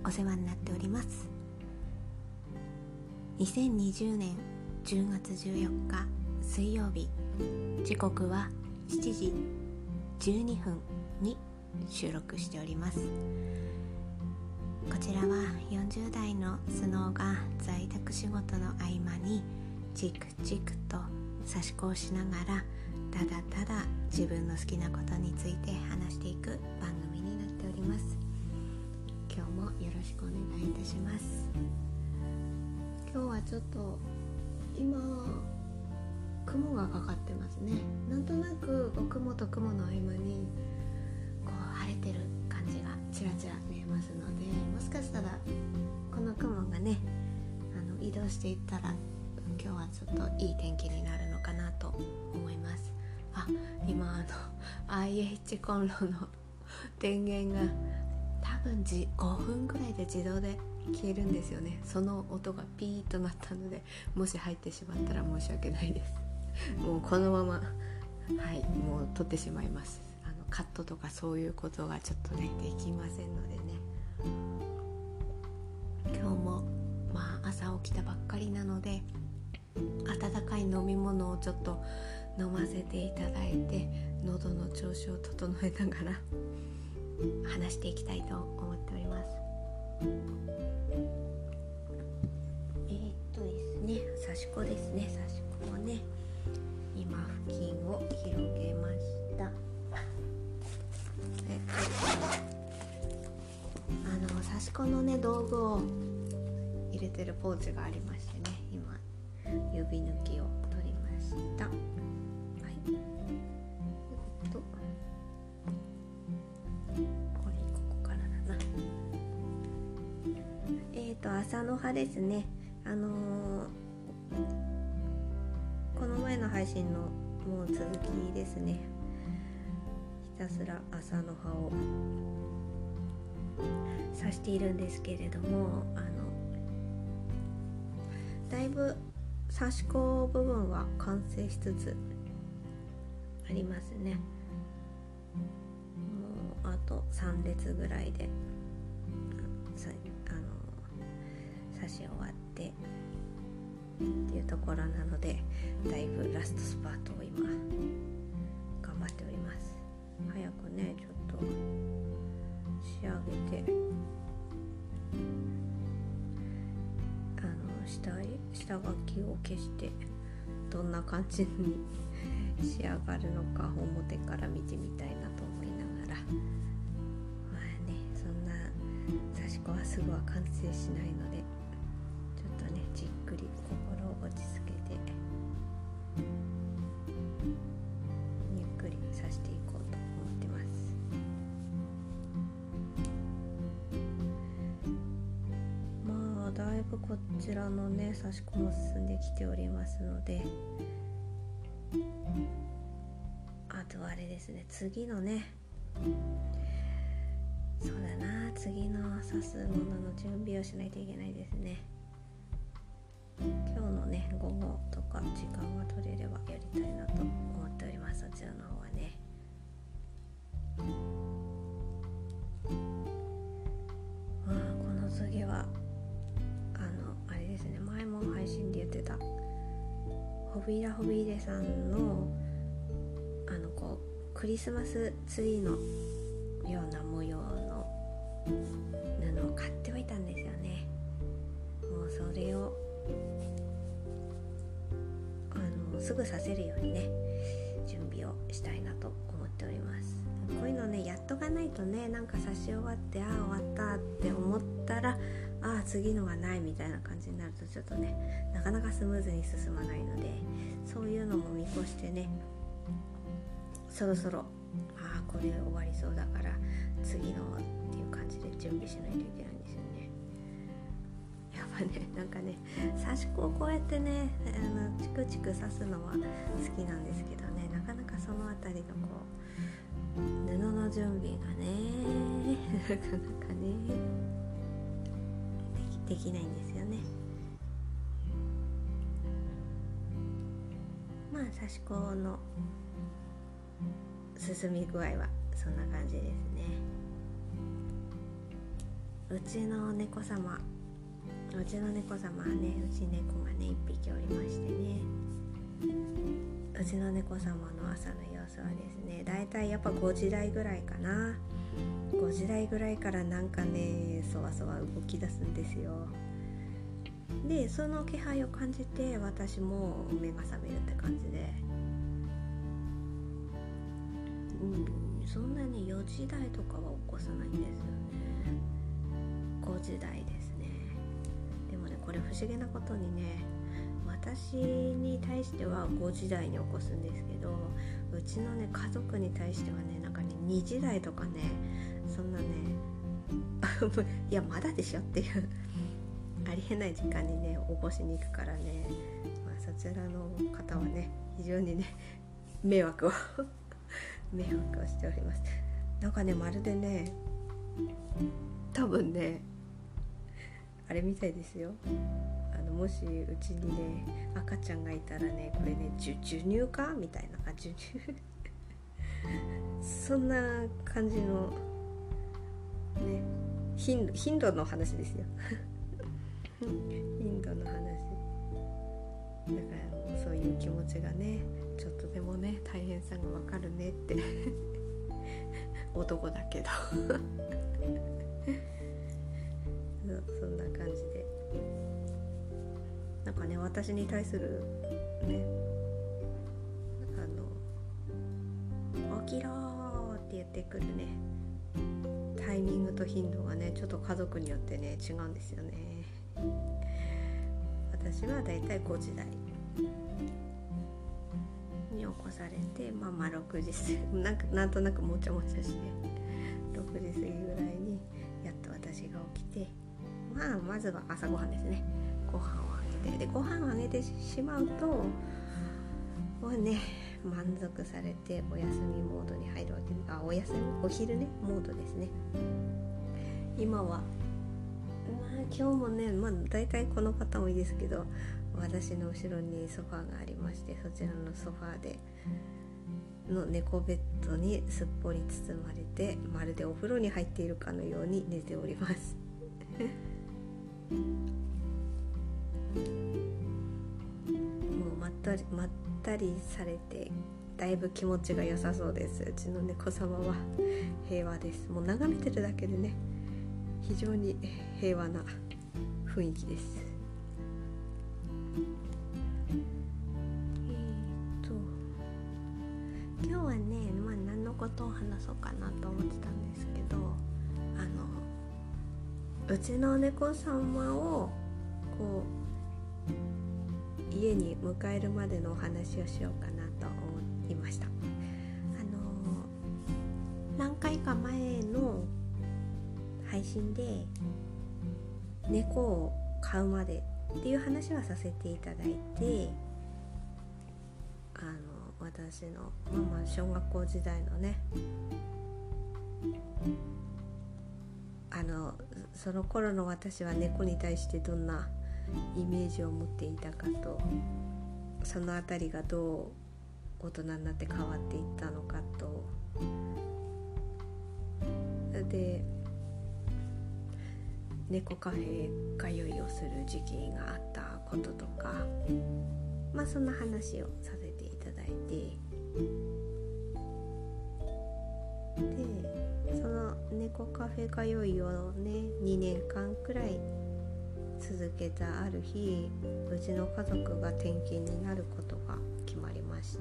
お世話になっております。2020年10月14日水曜日、時刻は7時12分に収録しております。こちらは40代のスノーが在宅仕事の合間にチクチクと差し子をしながらただただ自分の好きなことについて話していく番組になっております。今日もよろしくお願いいたします。今日はちょっと今雲がかかってますね。なんとなく雲と雲の合間にこう晴れてる感じがちらちら見えますので、もしかしたらこの雲がね移動していったら今日はちょっといい天気になるのかなと思います。今IH コンロの電源が多分5分くらいで自動で消えるんですよね。その音がピーッとなったので、もし入ってしまったら申し訳ないです。もうこのままもう撮ってしまいます。カットとかそういうことがちょっとねできませんのでね。今日も朝起きたばっかりなので温かい飲み物をちょっと飲ませていただいて、喉の調子を整えながら話していきたいと思っております。ですね、刺し子ですね。刺し子をね、今布巾を広げました。刺し子のね道具を入れてるポーチがありましてね、今指抜きを取りました。ここからだな。朝の葉ですね。この前の配信のもう続きですね。ひたすら朝の葉を刺しているんですけれども、だいぶ刺し子部分は完成しつつありますね。もうあと3列ぐらいで刺し終わってっていうところなので、だいぶラストスパートを今頑張っております。早くねちょっと仕上げて下書きを消してどんな感じに仕上がるのか表から見てみたいなと思いながら、そんな刺し子はすぐは完成しないので、ちょっとねじっくり心を落ち着けてゆっくり刺していこうと思ってます。だいぶこちらのね刺し子も進んできておりますので、あとはあれですね、次のね、そうだな、次の刺すものの準備をしないといけないですね。今日のね午後とか時間が取れればやりたいなと思っております。そちらの方はね。この次はあれですね、前も配信で言ってたホビラホビレさんのこうクリスマスツリーのような模様の布を買っておいたんですよね。もうそれをすぐ刺せるようにね準備をしたいなと思っております。こういうのねやっとかないとね、なんか刺し終わって終わったって思ったら次のがないみたいな感じになるとちょっとねなかなかスムーズに進まないので、そういうのも見越してね、そろそろこれ終わりそうだから次のっていう感じで準備しないといけないんですよね。やっぱねなんかね刺し子をこうやってねチクチク刺すのは好きなんですけどね、なかなかそのあたりのこう布の準備がねなかなかねできないんですよね。刺し子の進み具合はそんな感じですね。 うちの猫様はね、うち猫がね1匹おりましてね、うちの猫様の朝の様子はですね、だいたいやっぱ5時台ぐらいかな。5時台ぐらいからなんかねそわそわ動き出すんですよ。でその気配を感じて私も目が覚めるって感じで、そんなに4時台とかは起こさないんですよね。5時台ですね。でもねこれ不思議なことにね、私に対しては5時台に起こすんですけど、うちのね家族に対してはねなんかね2時台とかね、そんなねいやまだでしょっていうありえない時間にね起こしに行くからね、そちらの方はね非常にね迷惑をしております。なんかねまるでね多分ねあれみたいですよ。もしうちにね赤ちゃんがいたらね、これね授乳かみたいな授乳そんな感じのね頻度の話ですよ頻度の話だからそういう気持ちがねちょっとでもね大変さがわかるねって男だけどそんな感じでなんかね私に対するね起きろーって言ってくるねタイミングと頻度がねちょっと家族によってね違うんですよね。私はだいたい5時台に起こされて、まあ6時過ぎなんとなくもちゃもちゃして6時過ぎぐらいにやっと私が起きて、まずは朝ごはんですね。ご飯をあげて、でご飯をあげてしまうともうね満足されてお休みモードに入るわけで、お昼ねモードですね。今は今日もねだいたいこの方もいいですけど、私の後ろにソファーがありまして、そちらのソファーでの猫ベッドにすっぽり包まれて、まるでお風呂に入っているかのように寝ておりますもうまったりされてだいぶ気持ちが良さそうです。うちの猫様は平和です。もう眺めてるだけでね非常に平和な雰囲気です。今日はね、何のことを話そうかなと思ってたんですけど、うちの猫様をこう家に迎えるまでのお話をしようかなと思いました。何回か前の配信で猫を飼うまでっていう話はさせていただいて、私の小学校時代のねその頃の私は猫に対してどんなイメージを持っていたかと、そのあたりがどう大人になって変わっていったのかと、で猫カフェ通いをする時期があったこととか、そんな話をさせていただいて、でその猫カフェ通いをね2年間くらい続けたある日、うちの家族が転勤になることが決まりまして、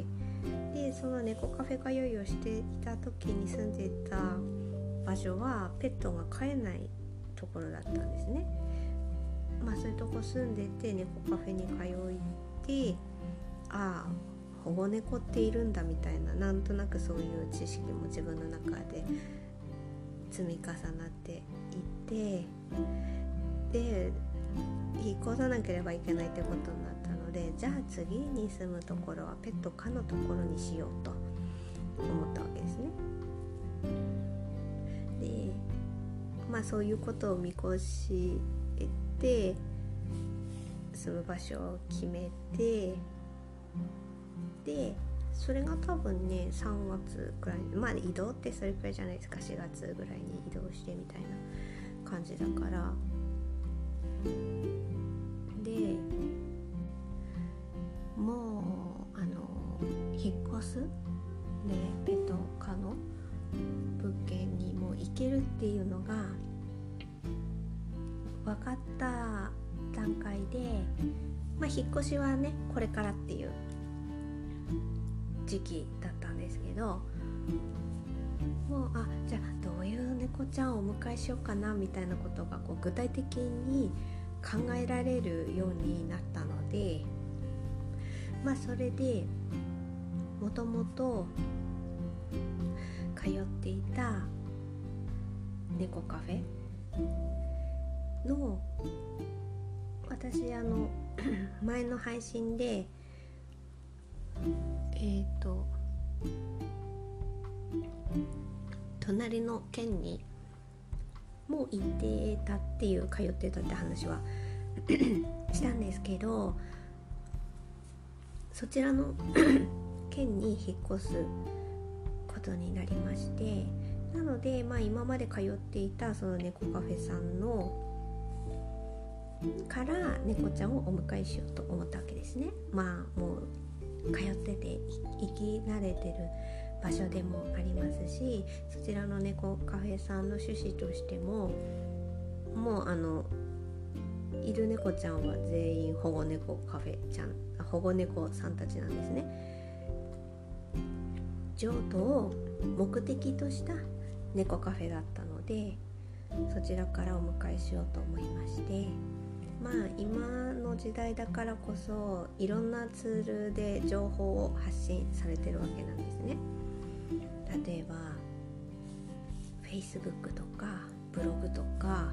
でその猫カフェ通いをしていた時に住んでいた場所はペットが飼えないところだったんですね。そういうとこ住んでて猫カフェに通いて、保護猫っているんだみたいな、なんとなくそういう知識も自分の中で積み重なっていって、で引っ越さなければいけないってことになったので、じゃあ次に住むところはペット可のところにしようと思ったわけですね。でそういうことを見越して住む場所を決めて、でそれが多分ね3月くらいに、移動ってそれくらいじゃないですか、4月ぐらいに移動してみたいな感じだから、でもう引っ越すでペット可の物件にも行けるっていうのが分かった段階で、引っ越しはねこれからっていう時期だったんですけど、もうじゃあどういう猫ちゃんをお迎えしようかなみたいなことが具体的に考えられるようになったので、それでもともと通っていた猫カフェの、私前の配信で隣の県にもう行ってたっていう、通ってたって話はしたんですけど、そちらの県に引っ越すことになりまして、なので今まで通っていたその猫カフェさんのから猫ちゃんをお迎えしようと思ったわけですね。もう通ってて行き慣れてる場所でもありますし、そちらの猫カフェさんの趣旨としても、もういる猫ちゃんは全員保護猫カフェちゃん、保護猫さんたちなんですね。譲渡を目的とした猫カフェだったので、そちらからお迎えしようと思いまして、今の時代だからこそいろんなツールで情報を発信されてるわけなんですね。例えば Facebook とかブログとか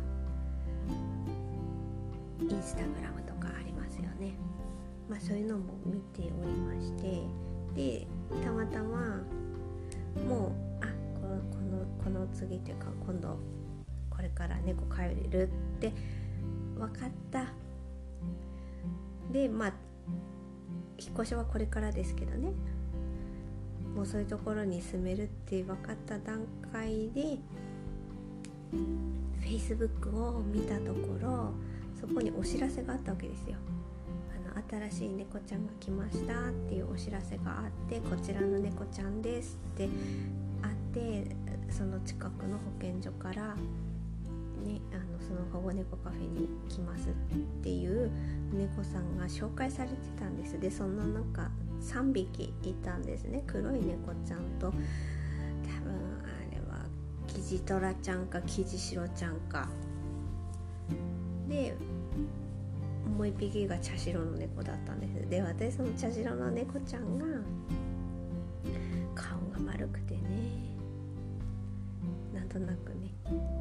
Instagram とかありますよね。そういうのも見ておりまして、でたまたまもうこの次というか今度これから猫飼えるって分かった。で引っ越しはこれからですけどね、もうそういうところに住めるって分かった段階で Facebook を見たところ、そこにお知らせがあったわけですよ。新しい猫ちゃんが来ましたっていうお知らせがあって、こちらの猫ちゃんですってあって、その近くの保健所からその保護猫カフェに来ますっていう猫さんが紹介されてたんです。でその中3匹いたんですね。黒い猫ちゃんと、多分あれはキジトラちゃんかキジシロちゃんかで、もう一匹が茶白の猫だったんです。で私その茶白の猫ちゃんが顔が丸くてね、なんとなくね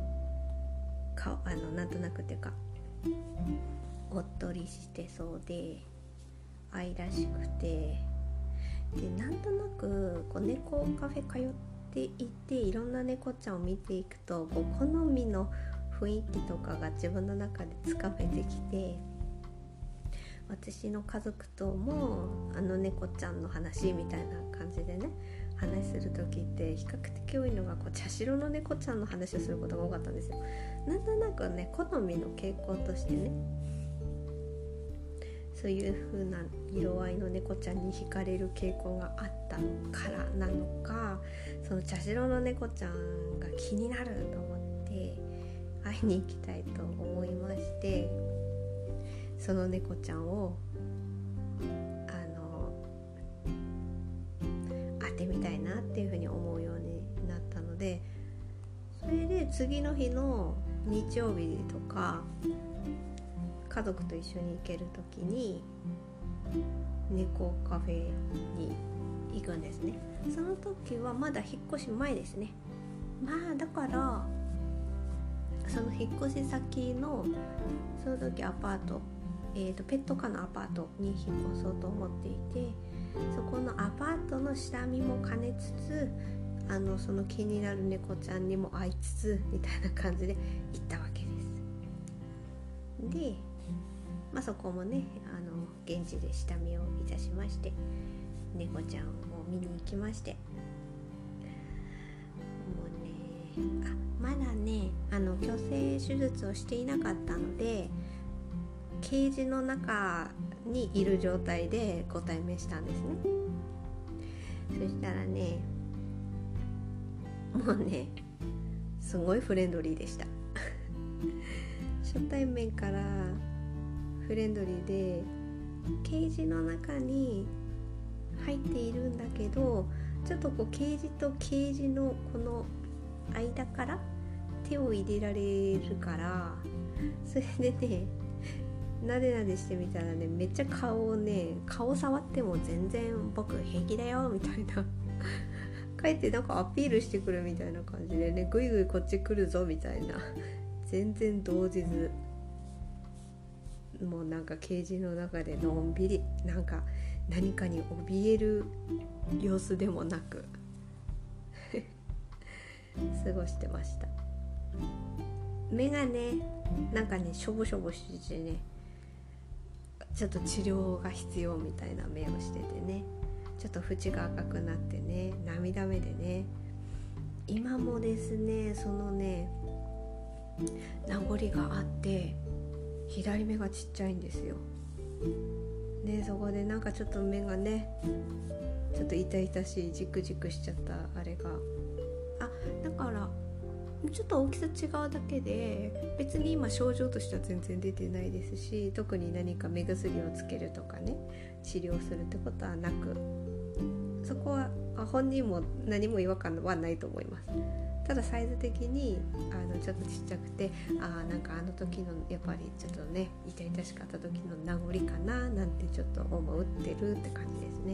なんとなくっていうかおっとりしてそうで愛らしくて、でなんとなく猫カフェ通っていていろんな猫ちゃんを見ていくと好みの雰囲気とかが自分の中でつかめてきて、私の家族とも猫ちゃんの話みたいな感じでね話する時って比較的多いのが茶白の猫ちゃんの話をすることが多かったんですよ。なんとなくね好みの傾向としてね、そういう風な色合いの猫ちゃんに惹かれる傾向があったからなのか、その茶白の猫ちゃんが気になると思って会いに行きたいと思いまして、その猫ちゃんを会ってみたいなっていうふうに思うようになったので、それで次の日の日曜日とか家族と一緒に行ける時に猫カフェに行くんですね。その時はまだ引っ越し前ですね。だからその引っ越し先のその時アパート、ペット可のアパートに引っ越そうと思っていて、そこのアパートの下見も兼ねつつその気になる猫ちゃんにも会いつつみたいな感じで行ったわけです。で、そこもね現地で下見をいたしまして、猫ちゃんを見に行きまして、もうねまだね矯正手術をしていなかったのでケージの中にいる状態でご対面したんですね。そしたらねもうねすごいフレンドリーでした初対面からフレンドリーでケージの中に入っているんだけどちょっとこうケージとケージのこの間から手を入れられるからそれでねなでなでしてみたらねめっちゃ顔触っても全然僕平気だよみたいなかえってなんかアピールしてくるみたいな感じでねぐいぐいこっち来るぞみたいな全然動じずもうなんかケージの中でのんびりなんか何かに怯える様子でもなく過ごしてました。目がねなんかねしょぼしょぼしてねちょっと治療が必要みたいな目をしててねちょっと縁が赤くなってね涙目でね今もですねそのね名残があって左目がちっちゃいんですよ。でそこでなんかちょっと目がねちょっと痛々しいジクジクしちゃったあれがだからちょっと大きさ違うだけで別に今症状としては全然出てないですし特に何か目薬をつけるとかね治療するってことはなくそこは本人も何も違和感はないと思います。ただサイズ的にちょっとちっちゃくてなんかあの時のやっぱりちょっとね痛々しかった時の名残かななんてちょっと思ってるって感じですね。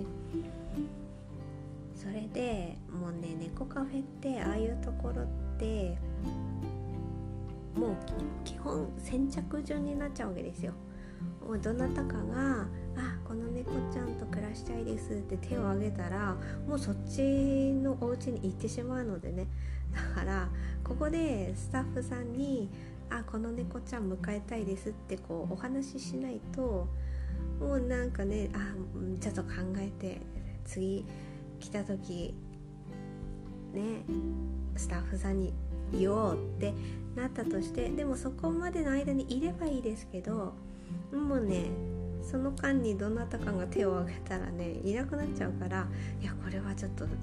それでもうね猫カフェってああいうところってもう基本先着順になっちゃうわけですよ。もうどなたかがこの猫ちゃんと暮らしたいですって手を挙げたらもうそっちのお家に行ってしまうのでねだからここでスタッフさんにこの猫ちゃん迎えたいですってこうお話ししないともうなんかねちょっと考えて次来た時ねスタッフさんに言おうってなったとしてでもそこまでの間にいればいいですけどもうねその間にどなたかが手を挙げたらねいなくなっちゃうからいやこれはちょっと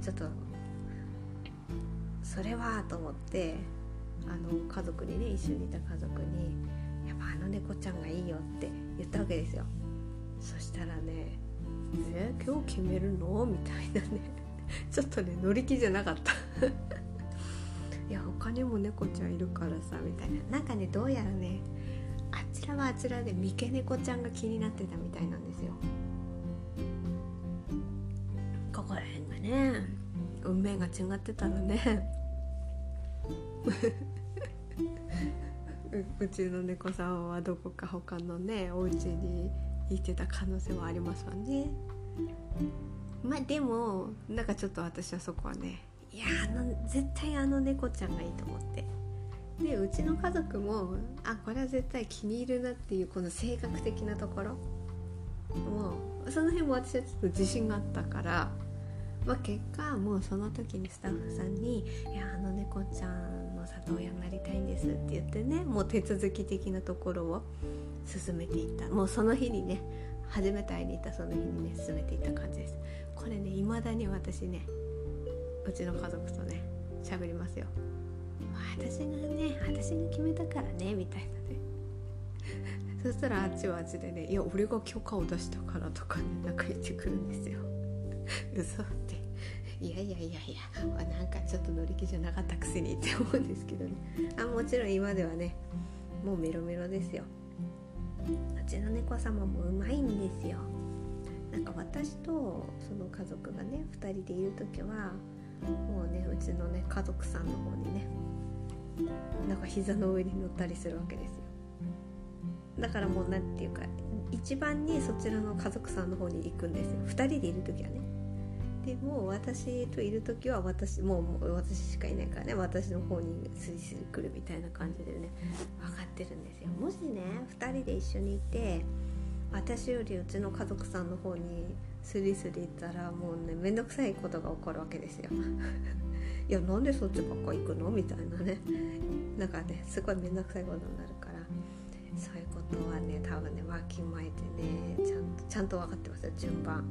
それはと思って家族にね一緒にいた家族にやっぱ猫ちゃんがいいよって言ったわけですよ。そしたらね今日決めるのみたいなねちょっとね乗り気じゃなかったいや他にも猫ちゃんいるからさみたいななんかねどうやらねあちらはあちらで三毛猫ちゃんが気になってたみたいなんですよ。ここら辺がね運命が違ってたらねうちの猫さんはどこか他のねお家に行ってた可能性はありますわね。でもなんかちょっと私はそこはねいや絶対猫ちゃんがいいと思ってでうちの家族もこれは絶対気に入るなっていうこの性格的なところもうその辺も私はちょっと自信があったから結果もうその時にスタッフさんにいや猫ちゃんの里親になりたいんですって言ってねもう手続き的なところを進めていったもうその日にね初めて会いに行ったその日にね進めていった感じです。これね未だに私ねうちの家族とね喋りますよ。私が決めたからねみたいなねそしたらあっちはあっちでねいや俺が許可を出したからとかねなんか言ってくるんですよ嘘っていやなんかちょっと乗り気じゃなかったくせにって思うんですけどねもちろん今ではねもうメロメロですよ。うちの猫様もうまいんですよ。なんか私とその家族がね2人でいるときはもうねうちのね家族さんの方にねなんか膝の上に乗ったりするわけですよ。だからもうなんていうか一番にそちらの家族さんの方に行くんですよ。2人でいるときはね。でも私といるときは私しかいないからね私の方にスリスリ来るみたいな感じでね分かってるんですよ。もしね2人で一緒にいて私よりうちの家族さんの方にスリスリ行ったらもうねめんどくさいことが起こるわけですよいやなんでそっちばっか行くのみたいなね、なんかねすごいめんどくさいことになるから、そういうことはね多分ねわきまえてねちゃんと分かってますよ順番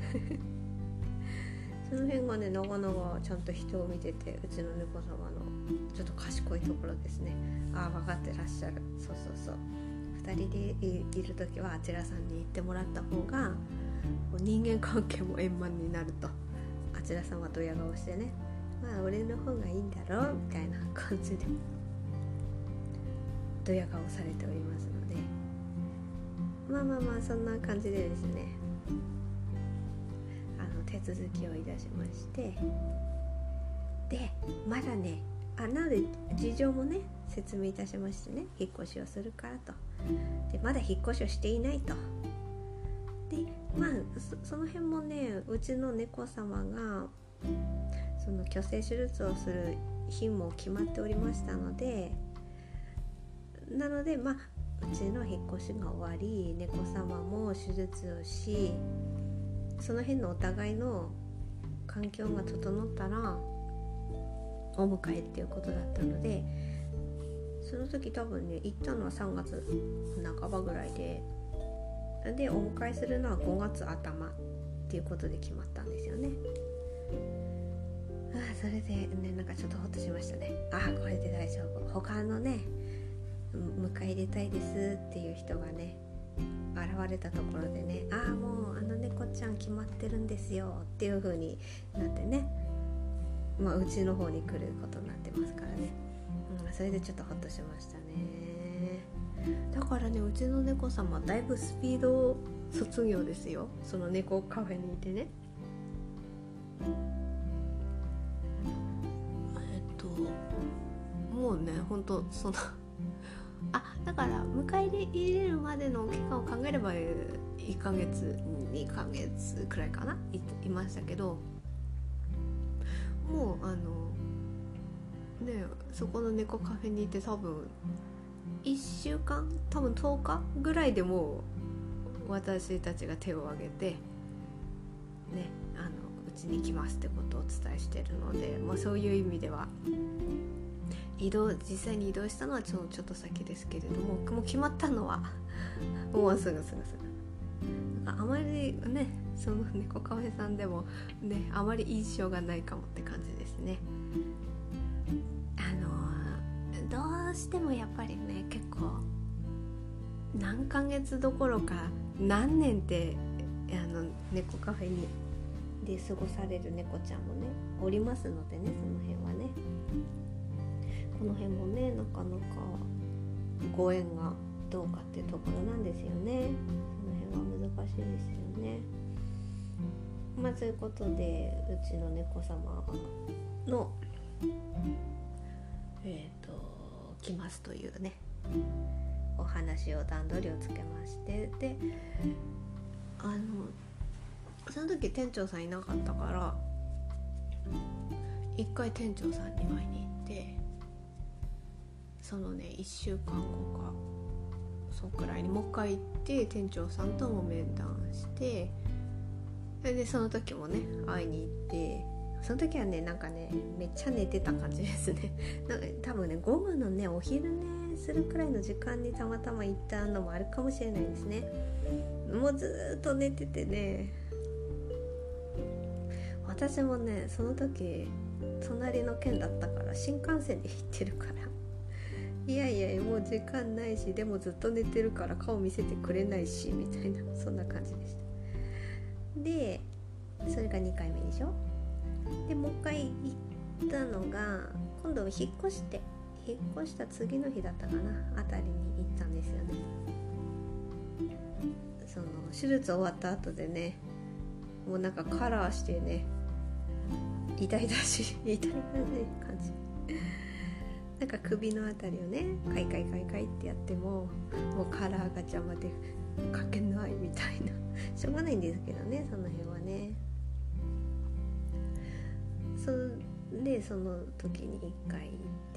その辺がねなかなかちゃんと人を見てて、うちの猫様のちょっと賢いところですね。ああ分かってらっしゃる。そう2人でいる時はあちらさんに行ってもらった方が人間関係も円満になると、あちらさんはドヤ顔してね、まあ俺の方がいいんだろうみたいな感じでドヤ顔されておりますので、まあそんな感じでですね、手続きをいたしまして、でまだねなので事情もね説明いたしましてね、引っ越しをするからと、でまだ引っ越しをしていないと、でまあ その辺もねうちの猫様がその去勢手術をする日も決まっておりましたので、なのでまあうちの引っ越しが終わり、猫様も手術をし、その辺のお互いの環境が整ったらお迎えっていうことだったので、その時多分ね行ったのは3月半ばぐらいでお迎えするのは5月頭っていうことで決まったんですよね。それでねなんかちょっとホッとしましたね。これで大丈夫、他のね迎え入れたいですっていう人がね現れたところでね、もう猫ちゃん決まってるんですよっていう風になってね、うちの方に来ることになってますからね、それでちょっとホッとしましたね。だからねうちの猫様だいぶスピード卒業ですよ。その猫カフェにいてね、もうねほんとそのだから迎え入れるまでの期間を考えれば1ヶ月2ヶ月くらいかな いましたけど、もうねそこの猫カフェにいて多分1週間多分10日ぐらいでもう私たちが手を挙げてねうちに来ますってことをお伝えしてるので、そういう意味では実際に移動したのはちょっと先ですけれども、もう決まったのはもうすぐあまりねその猫カフェさんでもねあまり印象がないかもって感じですね。どうしてもやっぱりね結構何ヶ月どころか何年って猫カフェにで過ごされる猫ちゃんもねおりますのでね、その辺はねこの辺もねなかなかご縁がどうかっていうところなんですよね。その辺は難しいですよね。そういうことでうちの猫様の来ますというねお話を段取りをつけまして、でその時店長さんいなかったから一回店長さんに会いに行って、そのね1週間後かそっくらいにもう一回行って店長さんとも面談して、でその時もね会いに行って、その時はねなんかねめっちゃ寝てた感じですねなんか多分ね午後のねお昼寝するくらいの時間にたまたま行ったのもあるかもしれないですね。もうずっと寝ててね、私もねその時隣の県だったから新幹線で行ってるから、いやもう時間ないし、でもずっと寝てるから顔見せてくれないしみたいな、そんな感じでした。でそれが2回目でしょ。でもう一回行ったのが今度引っ越した次の日だったかなあたりに行ったんですよね。その手術終わった後でねもうなんかカラーしてね痛々しい感じなんか首のあたりをねカイってやってもうカラーが邪魔で書けないみたいなしょうがないんですけどね、その辺はね。でその時に1回行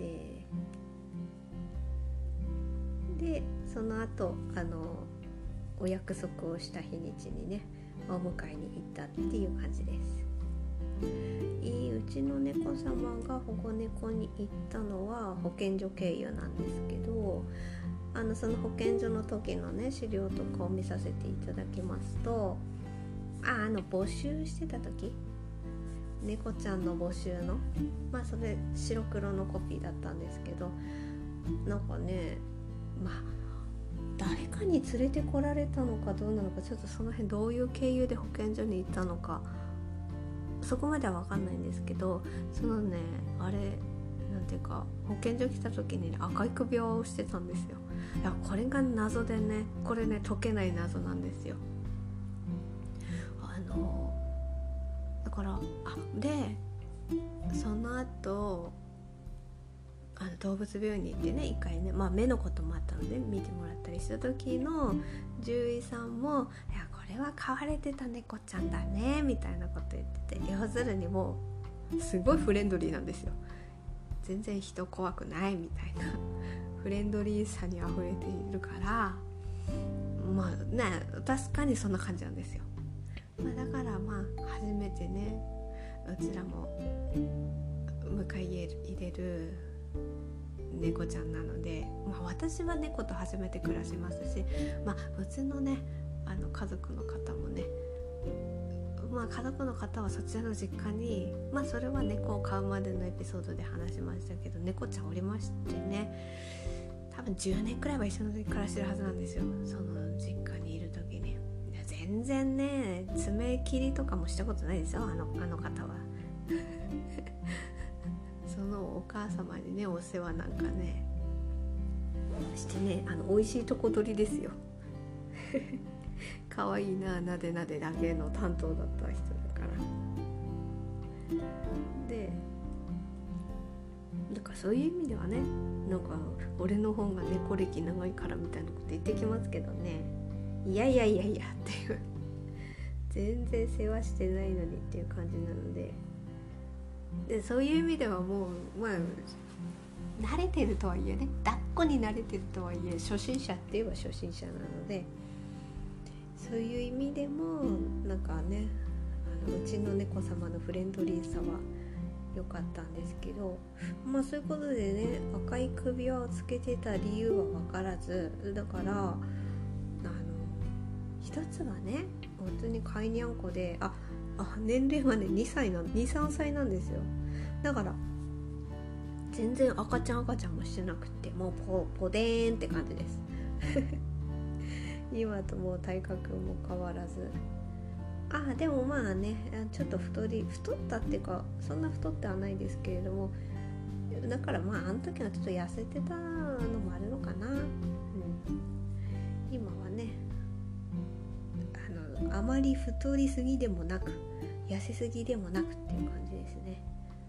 って、でその後お約束をした日にちにねお迎えに行ったっていう感じです。うちの猫様が保護猫に行ったのは保健所経由なんですけど、その保健所の時のね資料とかを見させていただきますと、募集してた時、猫ちゃんの募集のそれ白黒のコピーだったんですけど、なんかね誰かに連れてこられたのかどうなのか、ちょっとその辺どういう経由で保健所に行ったのかそこまでは分かんないんですけど、そのねなんていうか保健所来た時に、赤い首輪をしてたんですよ。いやこれが謎でね、これね解けない謎なんですよ。だからでその後動物病院に行ってね、一回ね、目のこともあったので見てもらったりした時の獣医さんも、いやこれは飼われてた猫ちゃんだねみたいなこと言ってて、要するにもうすごいフレンドリーなんですよ。全然人怖くないみたいなフレンドリーさにあふれているから、確かにそんな感じなんですよ。だから初めてねうちらも迎え入れる猫ちゃんなので、私は猫と初めて暮らしますし、うちのね家族の方もね、家族の方はそちらの実家に、それは猫を飼うまでのエピソードで話しましたけど、猫ちゃんおりましてね、多分10年くらいは一緒に暮らしてるはずなんですよ、その実家にいる時に。全然ね爪切りとかもしたことないですよ、あの方はそのお母様にねお世話なんかねしてね、美味しいとこ取りですよ可愛いななでなでだけの担当だった人だから。でだからそういう意味ではね、なんか俺の方が猫歴長いからみたいなこと言ってきますけどね、いやっていう全然世話してないのにっていう感じなので、そういう意味ではもう慣れてるとはいえね、抱っこに慣れてるとはいえ初心者って言えば初心者なので、そういう意味でもなんかねうちの猫様のフレンドリーさは良かったんですけど、そういうことでね赤い首輪をつけてた理由は分からず、だから一つはね本当に飼いにゃんこで年齢はね2、3歳なんですよ。だから全然赤ちゃんもしてなくて、もうポデーンって感じです今ともう体格も変わらず、でもちょっと太ったっていうかそんな太ってはないですけれども、だからあの時はちょっと痩せてたのもあるのかな、今はねあまり太りすぎでもなく痩せすぎでもなくっていう感じですね。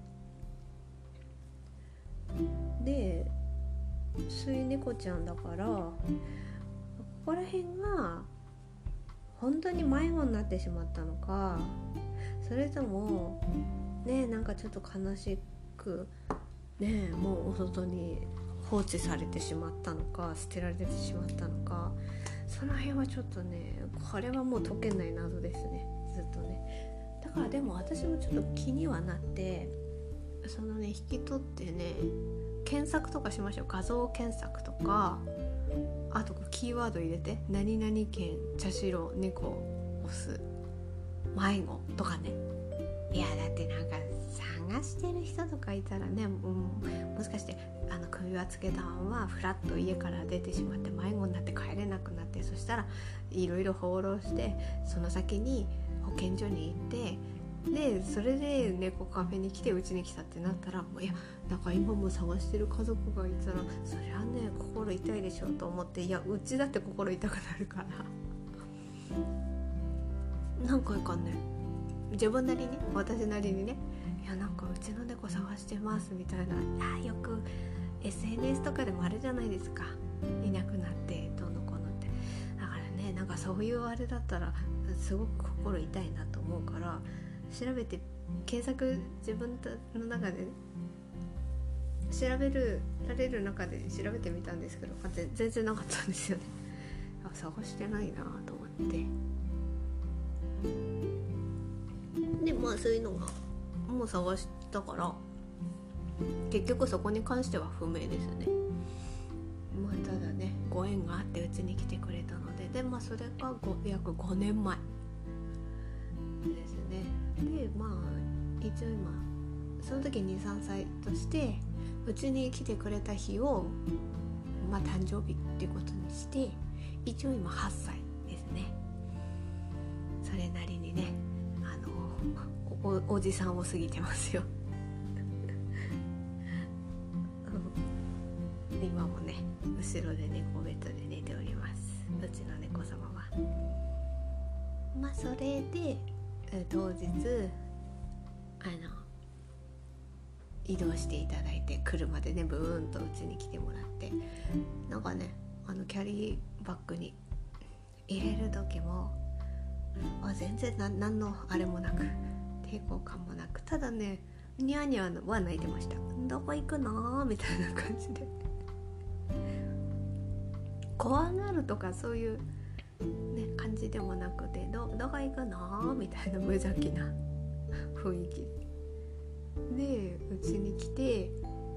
でそういう猫ちゃんだからここら辺が本当に迷子になってしまったのか、それともねなんかちょっと悲しくねもうお外に放置されてしまったのか捨てられてしまったのか、その辺はちょっとねこれはもう解けない謎ですね、ずっとね。だからでも私もちょっと気にはなって、そのね引き取ってね検索とかしましょう。画像検索とか、あとキーワード入れて何々県茶白猫オス迷子とかね。いやだってなんか探してる人とかいたらね、もしかして首輪つけたままフラッと家から出てしまって迷子になって帰れなくなって、そしたらいろいろ放浪してその先に保健所に行って、でそれで猫カフェに来てうちに来たってなったら、いやなんか今も探してる家族がいたらそりゃね心痛いでしょと思って、いやうちだって心痛くなるからなんかいかんね、自分なりに私なりにね、いやなんかうちの猫探してますみたいな、よく SNS とかでもあるじゃないですか、いなくなってどうのこうのって。だからねなんかそういうあれだったらすごく心痛いなと思うから調べて検索自分の中で調べられる中で調べてみたんですけど、全然なかったんですよね。 探してないなと思って、でまあそういうのがもう探したから、結局そこに関しては不明ですね。まあただね、ご縁があってうちに来てくれたので、でまあそれが約5年前ですね。でまあ一応今その時 2,3 歳としてうちに来てくれた日をまあ誕生日っていうことにして、一応今8歳ですね。それなりにね、おじさんを過ぎてますよ今もね後ろで猫ベッドで寝ております、うちの猫様は。まあそれで当日移動していただいて、車でねブーンとうちに来てもらって、なんかねキャリーバッグに入れる時も全然何のあれもなく、抵抗感もなく、ただねニャーニャーは泣いてました。どこ行くのみたいな感じで怖がるとかそういう、ね、感じでもなくて、どこ行くのみたいな無邪気な雰囲気でうちに来て、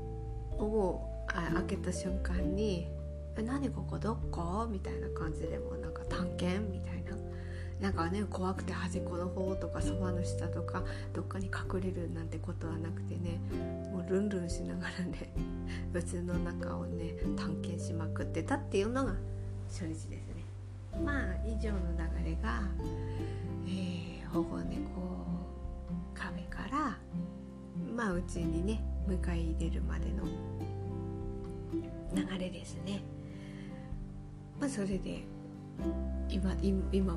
開けた瞬間に何ここどこみたいな感じで、もうなんか探検みたいな、なんかね怖くて端っこの方とかそばの下とかどっかに隠れるなんてことはなくてね、もうルンルンしながらねうちの中をね探検しまくってたっていうのが初日ですね。まあ以上の流れが、保護猫カフェからまあうちにね迎え入れるまでの流れですね。まあそれで今も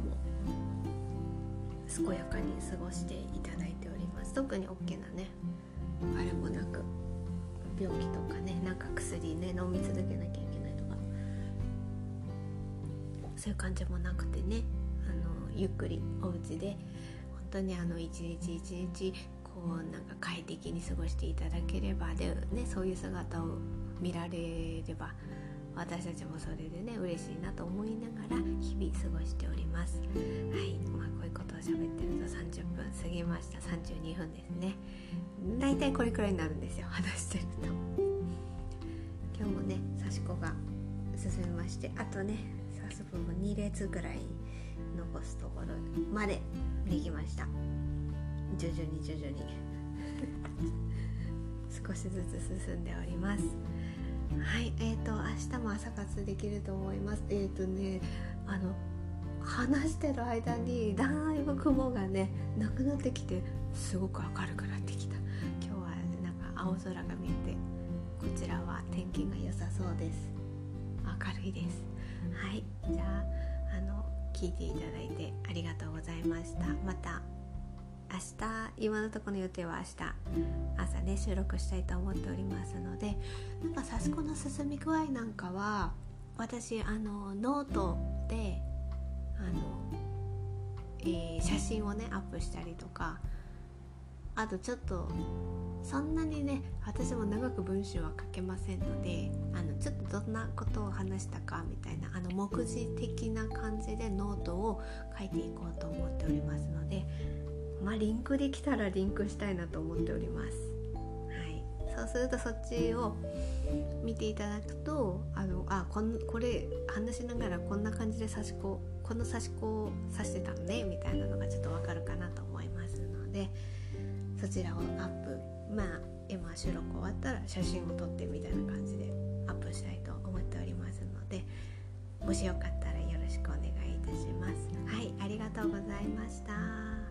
健やかに過ごしていただいております。特に大きなねあれもなく、病気とかね、なんか薬ね飲み続けなきゃいけないとかそういう感じもなくてね、ゆっくりお家で本当に一日一日こうなんか快適に過ごしていただければでね、そういう姿を見られれば私たちもそれでね嬉しいなと思いながら日々過ごしております。はい、まあこういうことを喋ってると30分過ぎました。32分ですね。だいたいこれくらいになるんですよ、話してると。今日もね刺し子が進みまして、あとね刺す分も2列ぐらい残すところまでできました。徐々に少しずつ進んでおります。はい、明日も朝活できると思います。話してる間にだいぶ雲がねなくなってきて、すごく明るくなってきた。今日はなんか青空が見えて、こちらは天気が良さそうです。明るいです。はい、じゃあ聞いていただいてありがとうございました。また明日、今のところの予定は明日朝ね収録したいと思っておりますので、なんか刺し子の進み具合なんかは私ノートで写真をねアップしたりとか、あとちょっとそんなにね私も長く文章は書けませんので、ちょっとどんなことを話したかみたいな目次的な感じでノートを書いていこうと思っておりますので、まあリンクできたらリンクしたいなと思っております。はい、そうするとそっちを見ていただくとこれ話しながらこんな感じでこの刺し子を刺してたのねみたいなのがちょっとわかるかなと思いますので、そちらをアップ、まあ今収録終わったら写真を撮ってみたいな感じでアップしたいと思っておりますので、もしよかったらよろしくお願いいたします。はい、ありがとうございました。